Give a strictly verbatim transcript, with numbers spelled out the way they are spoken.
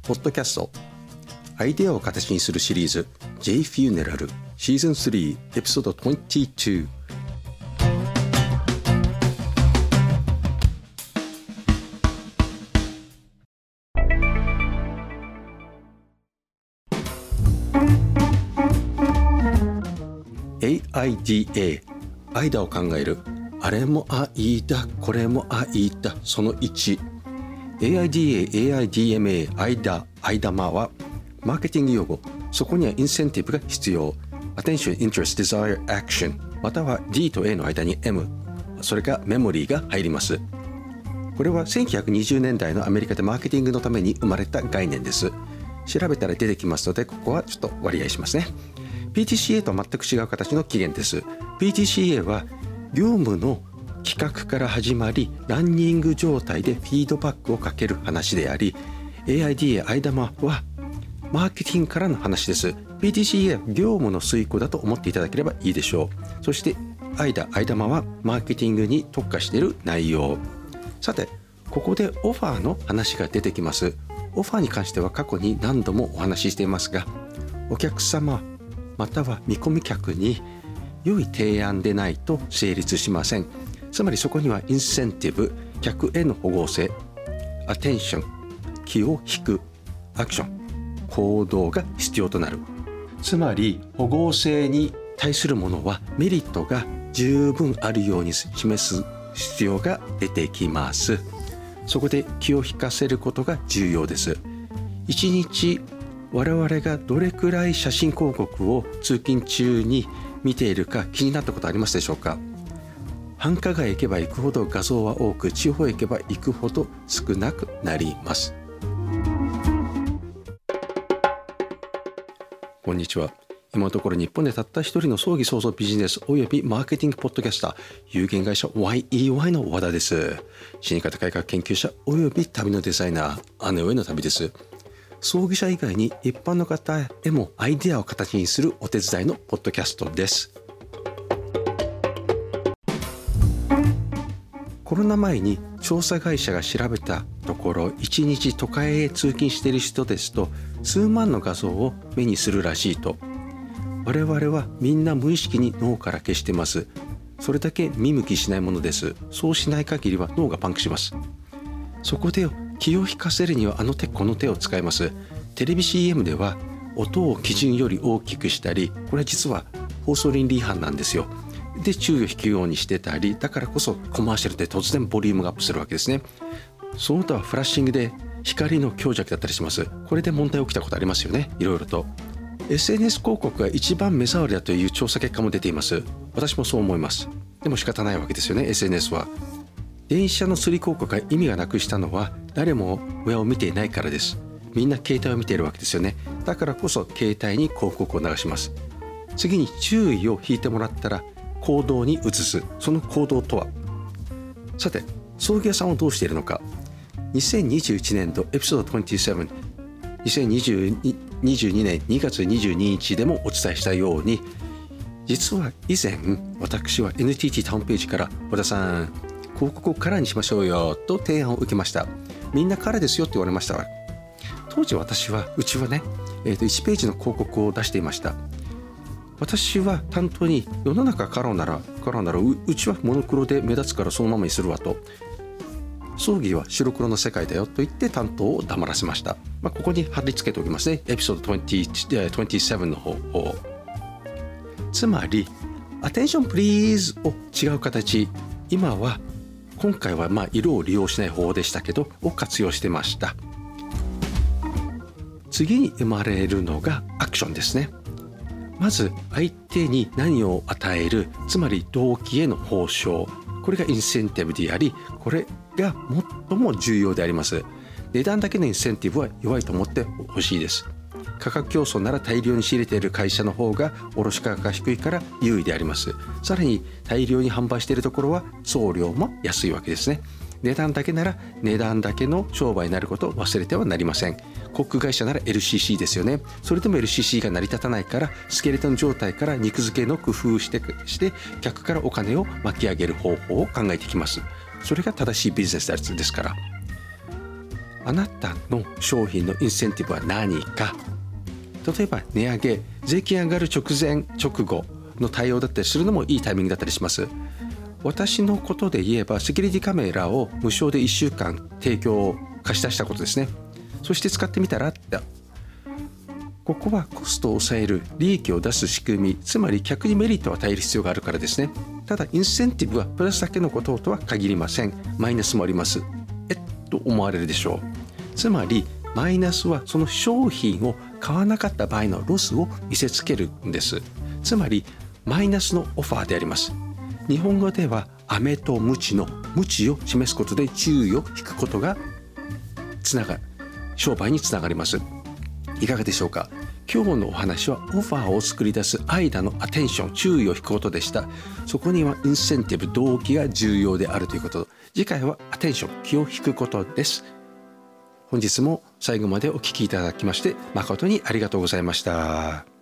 ポッドキャストアイデアを形にするシリーズ J フューネラルシーズンスリーエピソードにじゅうに。エーアイディーエー アイダを考える。あれもアイダ、これもアイダ。そのいち。 エーアイディーエー、エーアイディーエムエー、アイダ、アイダマはマーケティング用語。そこにはインセンティブが必要。 Attention, Interest, Desire, Action または D と A の間に M、 それがメモリーが入ります。これはせんきゅうひゃくにじゅうねんだいのアメリカでマーケティングのために生まれた概念です。調べたら出てきますのでここはちょっと割合しますね。ピーティーシーエー と全く違う形の起源です。 ピーティーシーエー は業務の企画から始まりランニング状態でフィードバックをかける話であり、 エーアイディーエー アイダマはマーケティングからの話です。 ピーティーシーエー は業務の遂行だと思っていただければいいでしょう。そしてアイダ、アイダマはマーケティングに特化している内容。さてここでオファーの話が出てきます。オファーに関しては過去に何度もお話ししていますが、お客様または見込み客に良い提案でないと成立しません。つまりそこにはインセンティブ、客への保護性、アテンション、気を引く、アクション、行動が必要となる。つまり保護性に対するものはメリットが十分あるように示す必要が出てきます。そこで気を引かせることが重要です。いちにち我々がどれくらい写真広告を通勤中に見ているか気になったことありますでしょうか。繁華街へ行けば行くほど画像は多く、地方へ行けば行くほど少なくなります。こんにちは。今のところ日本でたった一人の葬儀創造ビジネスおよびマーケティングポッドキャスター、有限会社 ワイイーワイ の和田です。死に方改革研究者および旅のデザイナー、姉上の旅です。葬儀者以外に一般の方へもアイデアを形にするお手伝いのポッドキャストです。コロナ前に調査会社が調べたところ、いちにち都会へ通勤している人ですと数万の画像を目にするらしいと。我々はみんな無意識に脳から消してます。それだけ見向きしないものです。そうしない限りは脳がパンクします。そこで気を引かせるにはあの手この手を使います。テレビ シーエム では音を基準より大きくしたり、これは実は放送倫理違反なんですよ。で注意を引くようにしてたり、だからこそコマーシャルで突然ボリュームがアップするわけですね。その他はフラッシングで光の強弱だったりします。これで問題起きたことありますよね。いろいろと エスエヌエス 広告が一番目障りだという調査結果も出ています。私もそう思います。でも仕方ないわけですよね。 エスエヌエス は電車の釣り広告が意味がなくしたのは誰も上を見ていないからです。みんな携帯を見ているわけですよね。だからこそ携帯に広告を流します。次に注意を引いてもらったら行動に移す。その行動とは。さて葬儀屋さんはどうしているのか。にせんにじゅういちねんどエピソードにじゅうなな、にせんにじゅうにねんにがつにじゅうににちでもお伝えしたように、実は以前私は エヌティーティー タウンページから和田さん広告をカラーにしましょうよと提案を受けました。みんなカラーですよって言われました。当時私はうちはね、えー、といちページの広告を出していました。私は担当に世の中カラーならカラーなら う, うちはモノクロで目立つからそのままにするわと、葬儀は白黒の世界だよと言って担当を黙らせました。まあ、ここに貼り付けておきますね。エピソードにじゅうななの方を。つまりアテンションプリーズを違う形、今は今回はまあ色を利用しない方でしたけどを活用してました。次に生まれるのがアクションですね。まず相手に何を与える、つまり動機への報酬、これがインセンティブであり、これが最も重要であります。値段だけのインセンティブは弱いと思ってほしいです。価格競争なら大量に仕入れている会社の方が卸価格が低いから優位であります。さらに大量に販売しているところは送料も安いわけですね。値段だけなら値段だけの商売になることを忘れてはなりません。航空会社なら エルシーシー ですよね。それでも エルシーシー が成り立たないからスケルトン状態から肉付けの工夫してして客からお金を巻き上げる方法を考えていきます。それが正しいビジネスですから。 あなたの商品のインセンティブは何か。例えば値上げ、税金上がる直前直後の対応だったりするのもいいタイミングだったりします。私のことで言えばセキュリティカメラを無償でいっしゅうかん提供貸し出したことですね。そして使ってみたらって、ここはコストを抑える、利益を出す仕組み、つまり客にメリットを与える必要があるからですね。ただインセンティブはプラスだけのこととは限りません。マイナスもあります。えっと思われるでしょう。つまりマイナスはその商品を買わなかった場合のロスを見せつけるんです。つまりマイナスのオファーであります。日本語では飴と鞭の鞭を示すことで注意を引くことがつなが商売につながります。いかがでしょうか。今日のお話はオファーを作り出す間のアテンション、注意を引くことでした。そこにはインセンティブ、動機が重要であるということ。次回はアテンション、気を引くことです。本日も最後までお聞きいただきまして誠にありがとうございました。